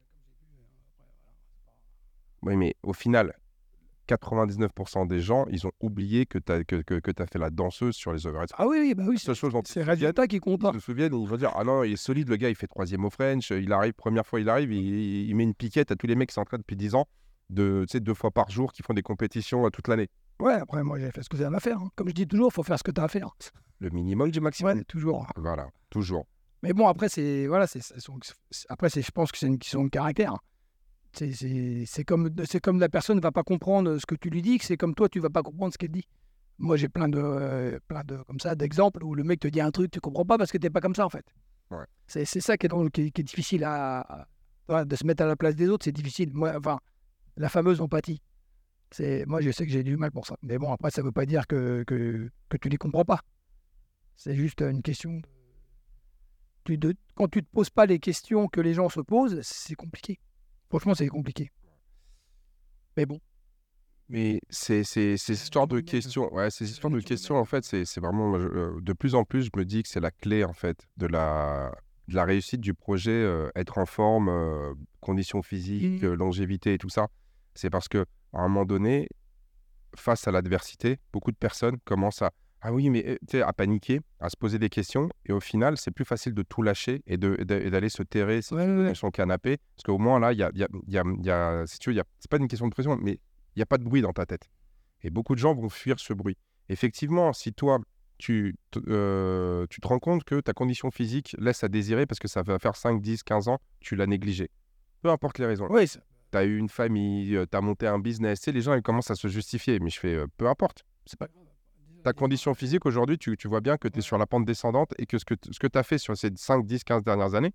Oui, mais au final, quatre-vingt-dix-neuf pour cent des gens, ils ont oublié que tu as que, que, que t'as fait la danseuse sur les overheads. Ah oui, oui, bah oui. La seule chose dont ils C'est se le résultat qui compte. Ils se souviennent et ils vont dire ah non, il est solide, le gars, il fait troisième au French, il arrive, première fois, il arrive, il, il met une piquette à tous les mecs qui s'entraînent depuis dix ans, de, tu sais, deux fois par jour, qui font des compétitions euh, toute l'année. Ouais, après, moi, j'ai fait ce que j'ai à faire. hein. Comme je dis toujours, il faut faire ce que tu as à faire. Le minimum du maximum. Ouais, toujours. Voilà, toujours. Mais bon, après, c'est. Voilà, c'est. c'est- c'est- Après, c'est, je pense que c'est une question de caractère. C'est, c'est, c'est comme, c'est comme la personne ne va pas comprendre ce que tu lui dis, que c'est comme toi, tu vas pas comprendre ce qu'elle dit. Moi, j'ai plein de, euh, plein de, comme ça, d'exemples où le mec te dit un truc, tu comprends pas parce que t'es pas comme ça, en fait. Ouais. C'est, c'est ça qui est, drôle, qui, est, qui est difficile à, à- voilà, de se mettre à la place des autres, c'est difficile. Moi, enfin, la fameuse empathie. C'est, moi, je sais que j'ai du mal pour ça. Mais bon, après, ça veut pas dire que, que, que tu les comprends pas. C'est juste une question. de- Tu, de, quand tu te poses pas les questions que les gens se posent, c'est compliqué. Franchement, c'est compliqué. Mais bon. Mais c'est c'est ces histoires de questions, ouais, ces histoires de questions, en fait, c'est c'est vraiment, je- euh, de plus en plus, je me dis que c'est la clé, en fait, de la, de la réussite du projet, euh, être en forme, euh, conditions physiques, Mhm. euh, longévité et tout ça. C'est parce que à un moment donné, face à l'adversité, beaucoup de personnes commencent à, ah oui, mais euh, tu sais, à paniquer, à se poser des questions, et au final, c'est plus facile de tout lâcher et de- et de- et d'aller se terrer si Ouais, tu veux, ouais, ouais. dans son canapé, parce qu'au moins là, il y a, il y a, il y a, il y a- si tu veux, il y a- c'est pas une question de pression, mais il n'y a pas de bruit dans ta tête. Et beaucoup de gens vont fuir ce bruit. Effectivement, si toi, tu, te- euh, tu te rends compte que ta condition physique laisse à désirer parce que ça va faire cinq, dix, quinze ans, tu l'as négligé. Peu importe les raisons. Oui, c'est- Tu as eu une famille, tu as monté un business. Tu sais, les gens, ils commencent à se justifier. Mais je fais, euh, peu importe. c'est pas Ta condition physique, aujourd'hui, tu, tu vois bien que tu es sur la pente descendante et que ce que, t- ce que tu as fait sur ces cinq, dix, quinze dernières années,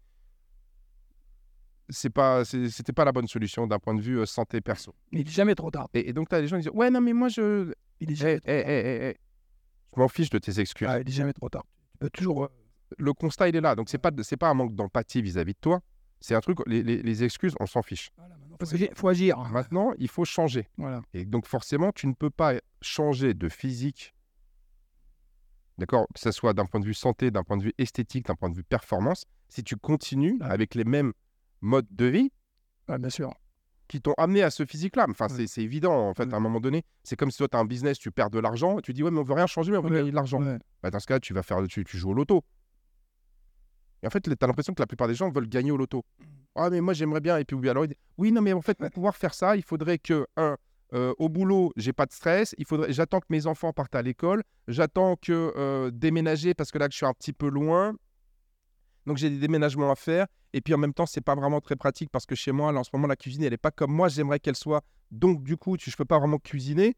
c'est pas, c'est- c'était pas la bonne solution d'un point de vue euh, santé perso. Il est jamais trop tard. Et, et donc, tu as des gens qui disent ouais, non, mais moi, je. Il est Eh, jamais eh, trop tard. eh, eh, eh. Je m'en fiche de tes excuses. Ah, il est jamais trop tard. Tu peux toujours. euh, Le constat, il est là. Donc, c'est pas, de- c'est pas un manque d'empathie vis-à-vis de toi. C'est un truc, les, les- les excuses, on s'en fiche. Voilà, maintenant, faut, agir, faut agir. Maintenant, il faut changer. Voilà. Et donc, forcément, tu ne peux pas changer de physique, d'accord, que ce soit d'un point de vue santé, d'un point de vue esthétique, d'un point de vue performance, si tu continues Ouais. avec les mêmes modes de vie Ouais, bien sûr. qui t'ont amené à ce physique-là. Enfin, Ouais. c'est, c'est évident, en fait, Ouais. à un moment donné. C'est comme si toi, tu as un business, tu perds de l'argent, tu dis, ouais, mais on veut rien changer, mais on veut Ouais. gagner de l'argent. Ouais. Bah, dans ce cas, tu vas faire, tu, tu joues au loto. Et en fait, tu as l'impression que la plupart des gens veulent gagner au loto. Ah, mais moi, j'aimerais bien. Et puis, oui, alors, il dit, oui, non, mais en fait, pour pouvoir faire ça, il faudrait que, un, euh, au boulot, j'ai pas de stress. Il faudrait, j'attends que mes enfants partent à l'école. J'attends que euh, déménager parce que là, que je suis un petit peu loin. Donc, j'ai des déménagements à faire. Et puis, en même temps, c'est pas vraiment très pratique parce que chez moi, là, en ce moment, la cuisine, elle est pas comme moi, j'aimerais qu'elle soit. Donc, du coup, tu, je peux pas vraiment cuisiner.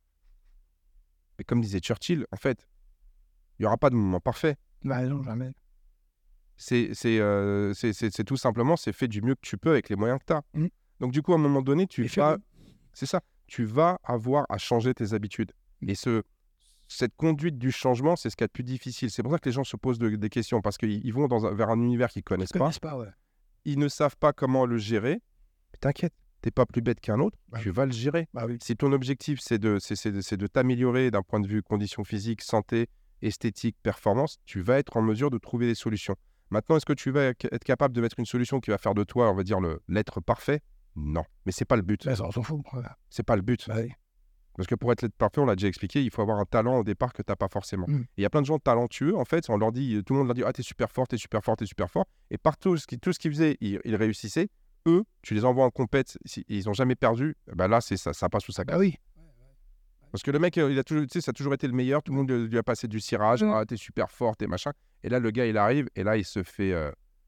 Mais comme disait Churchill, en fait, il y aura pas de moment parfait. Bah, non, jamais. C'est c'est, euh, c'est- c'est- c'est tout simplement, c'est fait du mieux que tu peux avec les moyens que tu as. Mhm. Donc, du coup, à un moment donné, tu Et vas, fais-le. c'est ça, tu vas avoir à changer tes habitudes. Et ce, cette conduite du changement, c'est ce qu'il y a de plus difficile. C'est pour ça que les gens se posent de- des questions, parce qu'ils ils vont dans un- vers un univers qu'ils ne Ils connaissent pas. connaissent pas, ouais. Ils ne savent pas comment le gérer. Mais t'inquiète, t'es pas plus bête qu'un autre, Bah tu vas le gérer. Bah oui. Si ton objectif, c'est de, c'est, c'est de, c'est de t'améliorer d'un point de vue conditions physiques, santé, esthétique, performance, tu vas être en mesure de trouver des solutions. Maintenant, est-ce que tu vas être capable de mettre une solution qui va faire de toi, on va dire, le, l'être parfait? Non. Mais c'est pas le but. Bah, ça, on s'en fout. Ouais. C'est pas le but. Bah oui. Parce que pour être l'être parfait, on l'a déjà expliqué, il faut avoir un talent au départ que tu n'as pas forcément. Mm. Et il y a plein de gens talentueux, en fait, on leur dit, tout le monde leur dit, ah, t'es super fort, t'es super fort, t'es super fort. Et partout, ce qui, tout ce qu'ils faisaient, ils, ils réussissaient. Eux, tu les envoies en compète, si, ils n'ont jamais perdu, bah là, c'est ça, ça passe sous sa Bah casse. oui. Parce que le mec, il a toujours, tu sais, ça a toujours été le meilleur, tout le monde lui a passé du cirage, Ouais. ah, t'es super fort, t'es machin. Et là, le gars, il arrive, et là, il se fait, euh,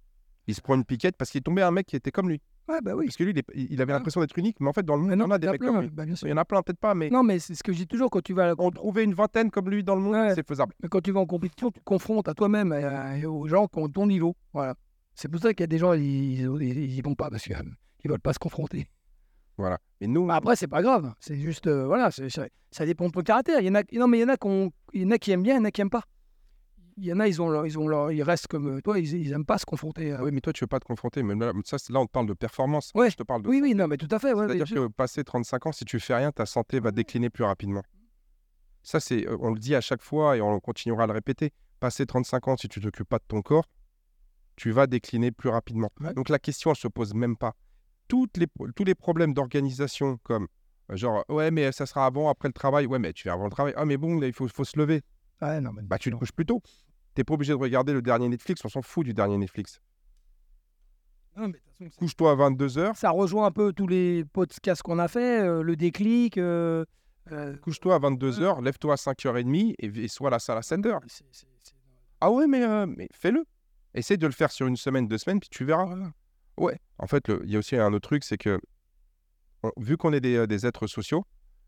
Il se prend une piquette parce qu'il est tombé un mec qui était comme lui. Ouais, bah oui. Parce que lui, il, est- il avait Ah. l'impression d'être unique, mais en fait, dans le monde, Mais il y non, en a il des y a mecs plein, comme lui. bah, bien sûr. Il y en a plein, peut-être pas, mais Non, mais c'est ce que je dis toujours quand tu vas, en trouver une vingtaine comme lui dans le monde, Ouais. c'est faisable. quand tu vas en compétition, tu te confrontes à toi-même et, à- et aux gens qui ont ton niveau. Voilà. C'est pour ça qu'il y a des gens, ils, ils, ils y vont pas parce qu'ils ne veulent pas se confronter. Voilà. Mais nous, Bah après, c'est pas grave. C'est juste, euh, voilà, c'est- c'est- ça dépend de ton caractère. Il y en a, non, mais il y en a, qu'on- il y en a qui aiment bien, il y en a qui aiment pas. Il y en a, ils ont, leur- ils ont, leur- ils restent comme euh, toi, ils, ils aiment pas se confronter. à- oui, mais toi, tu veux pas te confronter. Mais là, ça, c'est- là, on te parle de performance. Ouais. Je te parle de Oui, oui, non, mais tout à fait. Ouais, C'est-à-dire bien sûr. que passé trente-cinq ans, si tu fais rien, ta santé va décliner plus rapidement. Ça, c'est, euh, on le dit à chaque fois et on continuera à le répéter. Passé trente-cinq ans, si tu t'occupes pas de ton corps, tu vas décliner plus rapidement. Ouais. Donc la question, elle se pose même pas. Toutes les, tous les problèmes d'organisation, comme euh, genre, ouais, mais ça sera avant, après le travail. Ouais, mais tu viens avant le travail. Ah, mais bon, là, il faut, faut se lever. Ouais, non, mais Bah, tu te couches plus tôt. T'es pas obligé de regarder le dernier Netflix. On s'en fout du dernier Netflix. Non, mais de toute façon, Couche-toi à vingt-deux heures. ça rejoint un peu tous les podcasts qu'on a fait, euh, le déclic. euh, euh, Couche-toi à vingt-deux heures, lève-toi à cinq heures trente et, et sois à la salle à sept heures. c'est- c'est- c'est- Ah ouais, mais, euh, mais fais-le. Essaye de le faire sur une semaine, deux semaines, puis tu verras. voilà. Ouais. En fait, le- il y a aussi un autre truc, c'est que on- vu qu'on est des, euh, des êtres sociaux,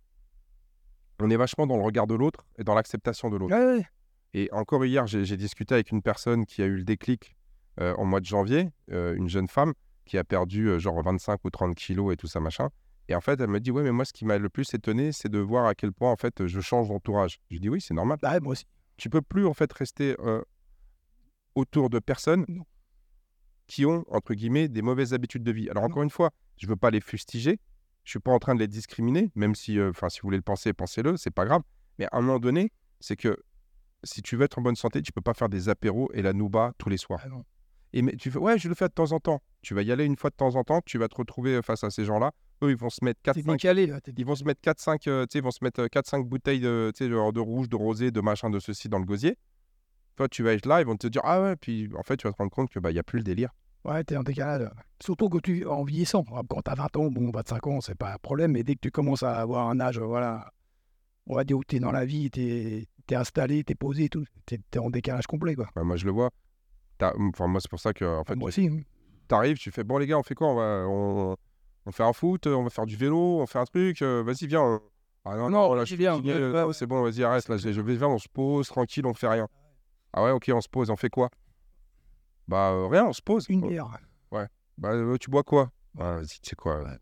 on est vachement dans le regard de l'autre et dans l'acceptation de l'autre. Ouais, ouais. Et encore hier, j'ai j'ai discuté avec une personne qui a eu le déclic euh, en mois de janvier, euh, une jeune femme qui a perdu euh, genre vingt-cinq ou trente kilos et tout ça, machin. Et en fait, elle me dit, ouais, mais moi, ce qui m'a le plus étonné, c'est de voir à quel point, en fait, je change d'entourage. Je dis, oui, c'est normal. Bah, ouais, moi aussi. Tu peux plus, en fait, rester euh, autour de personnes Non. qui ont, entre guillemets, des mauvaises habitudes de vie. Alors, Non. encore une fois, je veux pas les fustiger. Je suis pas en train de les discriminer, même si, enfin, si vous voulez le penser, pensez-le, c'est pas grave. Mais à un moment donné, c'est que si tu veux être en bonne santé, tu peux pas faire des apéros et la nouba tous les soirs. Ah non. Et mais tu fais, ouais, je le fais de temps en temps. Tu vas y aller une fois de temps en temps, tu vas te retrouver face à ces gens-là. Eux, ils vont se mettre quatre T'es cinq décalé. là, t'es- ils vont se mettre quatre cinq euh, tu sais, ils vont se mettre quatre cinq bouteilles de, tu sais, genre de rouge, de rosé, de machin, de ceci dans le gosier. Toi, tu vas être là, ils vont te dire, ah ouais, puis en fait, tu vas te rendre compte que bah, y a plus le délire. Ouais, t'es en décalage. Surtout que tu, en vieillissant. Quand t'as vingt ans, bon, vingt-cinq ans, c'est pas un problème. Mais dès que tu commences à avoir un âge, voilà, on va dire où t'es dans la vie, t'es es installé, t'es posé et tout, t'es es en décalage complet, quoi. Ouais, moi, je le vois. T'as- Enfin, moi, c'est pour ça que, en fait, Moi aussi. hein. t'arrives, tu fais, bon, les gars, on fait quoi? On va, on, on fait un foot, on va faire du vélo, on fait un truc, euh, vas-y, viens. on- Ah non, Non, là, vas-y, je suis viens. fatigué, Ouais, euh, ouais, non, ouais. c'est bon, vas-y, arrête, là, je, je vais, viens, on se pose, tranquille, on fait rien. Ah ouais, ok, on se pose, on fait quoi? Bah, euh, rien, on se pose. Une Oh, bière. Bah, euh, tu bois quoi? Ah, vas-y, tu sais quoi? Ouais.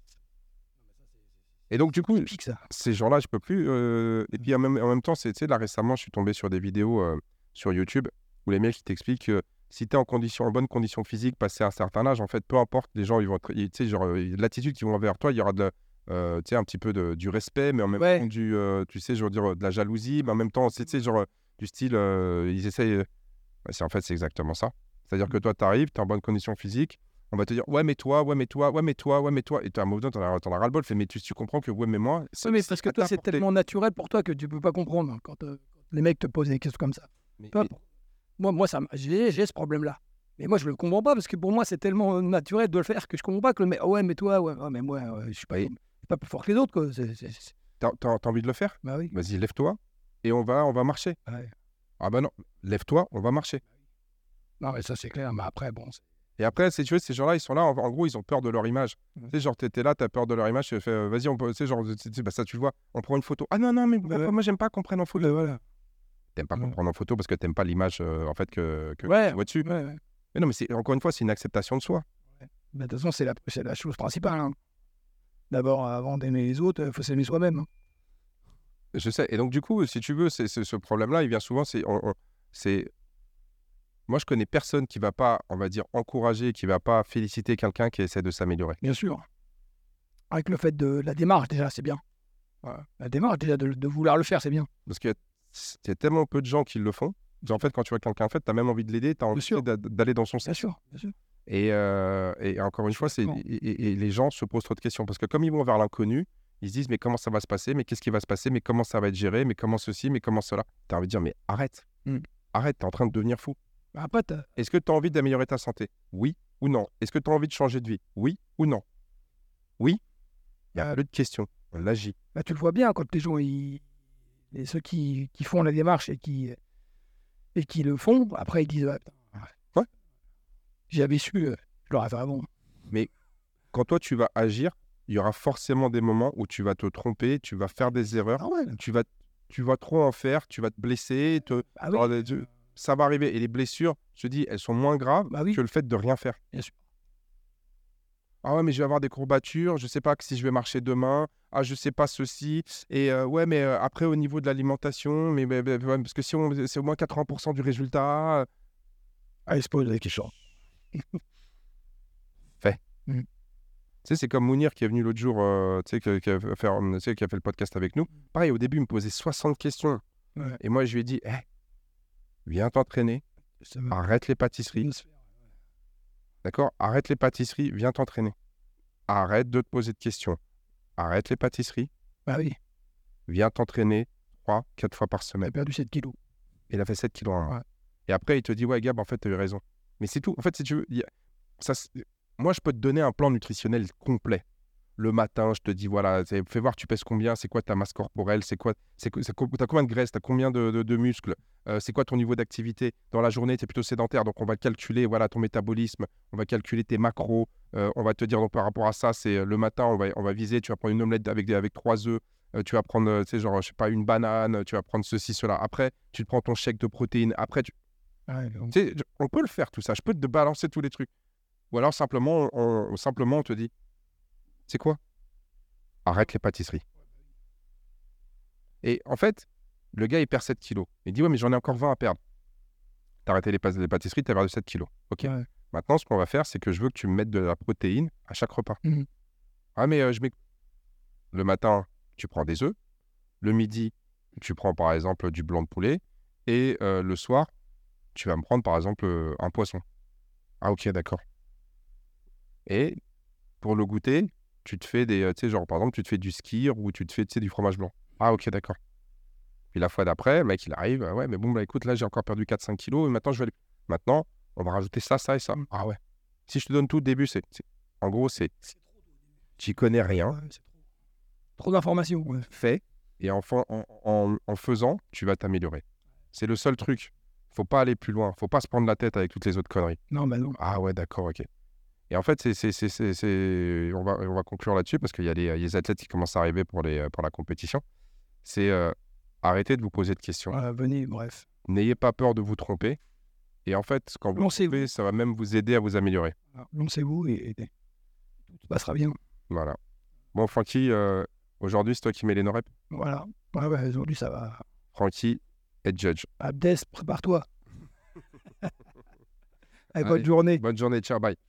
Et donc, du coup, Typique, ça. ces gens-là, je peux plus. euh, Et puis en même, en même temps, c'est, tu sais, là récemment, je suis tombé sur des vidéos euh, sur YouTube où les mecs ils t'expliquent que si tu es en condition, en bonne condition physique, passé un certain âge, en fait, peu importe, les gens, ils vont, être- ils- tu sais, genre euh, l'attitude qu'ils vont avoir vers toi, il y aura de, la- euh, tu sais, un petit peu de, du respect, mais en même Ouais. temps du, euh, tu sais, je veux dire de la jalousie, mais en même temps, c'est, tu sais, genre euh, du style, euh, ils essayent. euh, bah, c'est en fait, c'est exactement ça. C'est-à-dire que toi, tu arrives, tu es en bonne condition physique. On va te dire, ouais, mais toi, ouais, mais toi, ouais, mais toi, ouais, mais toi. Et tu as un moment donné, t'en as, t'en as ras-le-bol. Fais, mais tu, tu comprends que, ouais, mais moi. Ouais, mais parce que toi, c'est tellement naturel pour toi que tu peux pas comprendre hein, quand, euh, quand les mecs te posent des questions comme ça. Mais- Toi, mais- pour- Moi, moi ça, m'a- j'ai j'ai ce problème-là. Mais moi, je le comprends pas parce que pour moi, c'est tellement euh, naturel de le faire que je comprends pas que le mec, oh, ouais, mais toi, ouais, ouais, mais moi, ouais, je suis pas, Oui. je suis pas plus fort que les autres, quoi. C'est- c'est- c'est- T'as, t'as- t'as envie de le faire? Bah oui. Vas-y, lève-toi et on va, on va marcher. Ouais. Ah bah non, lève-toi, on va marcher. Non, mais ça, c'est clair. Mais après, bon, c'est- Et après, si tu veux, ces gens-là, ils sont là, en, en gros, ils ont peur de leur image. Ouais. Tu sais, genre, t'es, t'es là, t'as peur de leur image, tu fais, euh, vas-y, on peut, tu sais, genre, tu sais, bah, ça, tu le vois, on prend une photo. Ah non, non, mais pourquoi Ouais. pas, moi, j'aime pas qu'on prenne en photo. Ouais, voilà. T'aimes pas qu'on Ouais. prenne en photo parce que t'aimes pas l'image, euh, en fait, que, que Ouais. tu vois dessus. Ouais, ouais. Mais non, mais c'est, encore une fois, c'est une acceptation de soi. Bah, de toute façon, c'est la, c'est la chose principale. hein. D'abord, avant d'aimer les autres, il faut s'aimer soi-même. hein. Je sais. Et donc, du coup, si tu veux, c'est, c'est- ce problème-là, il vient souvent, c'est, on- on- c'est... Moi, je connais personne qui va pas, on va dire, encourager, qui va pas féliciter quelqu'un qui essaie de s'améliorer. Bien sûr. Avec le fait de la démarche, déjà, c'est bien. Voilà. La démarche, déjà, de, de vouloir le faire, c'est bien. Parce qu'il y a, il y a tellement peu de gens qui le font. En fait, quand tu vois quelqu'un le faire, tu as même envie de l'aider, tu as envie sûr. d'a- d'aller dans son Bien sens. sûr. Bien sûr. Et, euh, et encore une fois, c'est, Exactement. et, et- et les gens se posent trop de questions. Parce que comme ils vont vers l'inconnu, ils se disent, mais comment ça va se passer? Mais qu'est-ce qui va se passer? Mais comment ça va être géré? Mais comment ceci? Mais comment cela? Tu as envie de dire, mais arrête. Mm. Arrête, tu es en train de devenir fou. Bah, Après, t'as- Est-ce que tu as envie d'améliorer ta santé? Oui ou non? Est-ce que tu as envie de changer de vie? Oui ou non? Oui? Il n'y a Euh, plus de questions. On agit. bah, tu le vois bien quand les gens, ils... et ceux qui, qui font la démarche et qui, et qui le font, après, ils disent, ouais, putain, J'avais su, euh, je l'aurais fait avant. Quand toi, tu vas agir, il y aura forcément des moments où tu vas te tromper, tu vas faire des erreurs, Ah ouais. tu vas, tu vas trop en faire, tu vas te blesser, te, Ah t'auras oui. des- tu- ça va arriver. Et les blessures, je te dis, elles sont moins graves Bah oui. que le fait de rien faire. Bien sûr. Ah ouais, mais je vais avoir des courbatures, je sais pas si je vais marcher demain. Ah, je sais pas ceci. Et euh, ouais, mais euh, après, au niveau de l'alimentation, mais, mais- mais- ouais, parce que si on, c'est au moins quatre-vingts pour cent du résultat. euh, Ah, il se pose des questions. Tu sais, c'est comme Mounir qui est venu l'autre jour, euh, tu sais, qui, qui a fait, faire- tu sais, qui a fait le podcast avec nous. Pareil, au début, il me posait soixante questions. Ouais. Et moi, je lui ai dit, Eh, viens t'entraîner, Ça va arrête les pâtisseries, bien se faire. d'accord? Arrête les pâtisseries, viens t'entraîner. Arrête de te poser de questions. Arrête les pâtisseries, Bah oui, viens t'entraîner trois, quatre fois par j'ai semaine. perdu sept kilos. Il a fait sept kilos en un mois. Ouais. Et après, il te dit, ouais, Gab, en fait, tu as eu raison. Mais c'est tout. En fait, si tu veux, il y a- ça, c'est- moi, je peux te donner un plan nutritionnel complet. Le matin, je te dis, voilà, c'est- fais voir, tu pèses combien, c'est quoi ta masse corporelle, c'est quoi, c'est, co- c'est co- t'as combien de graisse, t'as combien de, de- de muscles, euh, c'est quoi ton niveau d'activité. Dans la journée, tu es plutôt sédentaire, donc on va calculer, voilà, ton métabolisme, on va calculer tes macros, euh, on va te dire, donc par rapport à ça, c'est euh, le matin, on va, on va viser, tu vas prendre une omelette avec, des- avec trois œufs, euh, tu vas prendre, euh, tu sais, genre, je sais pas, une banane, tu vas prendre ceci, cela. Après, tu te prends ton chèque de protéines. Après, tu, Ouais, donc, tu sais, je- on peut le faire tout ça. Je peux te balancer tous les trucs. Ou alors simplement, on, simplement, on te dit, c'est quoi? Arrête les pâtisseries. Et en fait, le gars, il perd sept kilos. Il dit, ouais, mais j'en ai encore vingt à perdre. T'as arrêté les, pas- les pâtisseries, t'as perdu sept kilos. Ok. ouais. Maintenant, ce qu'on va faire, c'est que je veux que tu me mettes de la protéine à chaque repas. Mhm. Ah, mais euh, je mets... Le matin, tu prends des œufs. Le midi, tu prends par exemple du blanc de poulet. Et euh, le soir, tu vas me prendre par exemple euh, un poisson. Ah, ok, d'accord. Et pour le goûter, tu te fais des, euh, tu sais, genre par exemple, tu te fais du skyr ou tu te fais, tu sais, du fromage blanc. Ah, ok, d'accord. Puis la fois d'après, le mec, il arrive, euh, ouais, mais bon, bah écoute, là, j'ai encore perdu quatre cinq kilos et maintenant, je vais aller. Maintenant, on va rajouter ça, ça et ça. Ah ouais. Si je te donne tout au début, c'est. c'est- En gros, c'est. Tu connais rien, Ouais, c'est trop. Trop d'informations. Ouais. fais, et en, fa- en, en- en faisant, tu vas t'améliorer. C'est le seul truc. Faut pas aller plus loin. Faut pas se prendre la tête avec toutes les autres conneries. Non, bah non. Ah ouais, d'accord, ok. Et en fait, c'est, c'est, c'est, c'est, c'est- On va, on va conclure là-dessus parce qu'il y a les, les athlètes qui commencent à arriver pour, les, pour la compétition. C'est euh, arrêtez de vous poser de questions. Voilà, venez, bref. N'ayez pas peur de vous tromper. Et en fait, quand vous vous Lancez-vous. trompez, ça va même vous aider à vous améliorer. Voilà, lancez-vous et, et tout se passera bien. Voilà. Bon, Francky, euh, aujourd'hui, c'est toi qui mets les no-reps. Voilà. Ouais, ouais, aujourd'hui, ça va. Francky, head judge. Abdes, prépare-toi. Allez, bonne Allez. journée. Bonne journée, ciao, bye.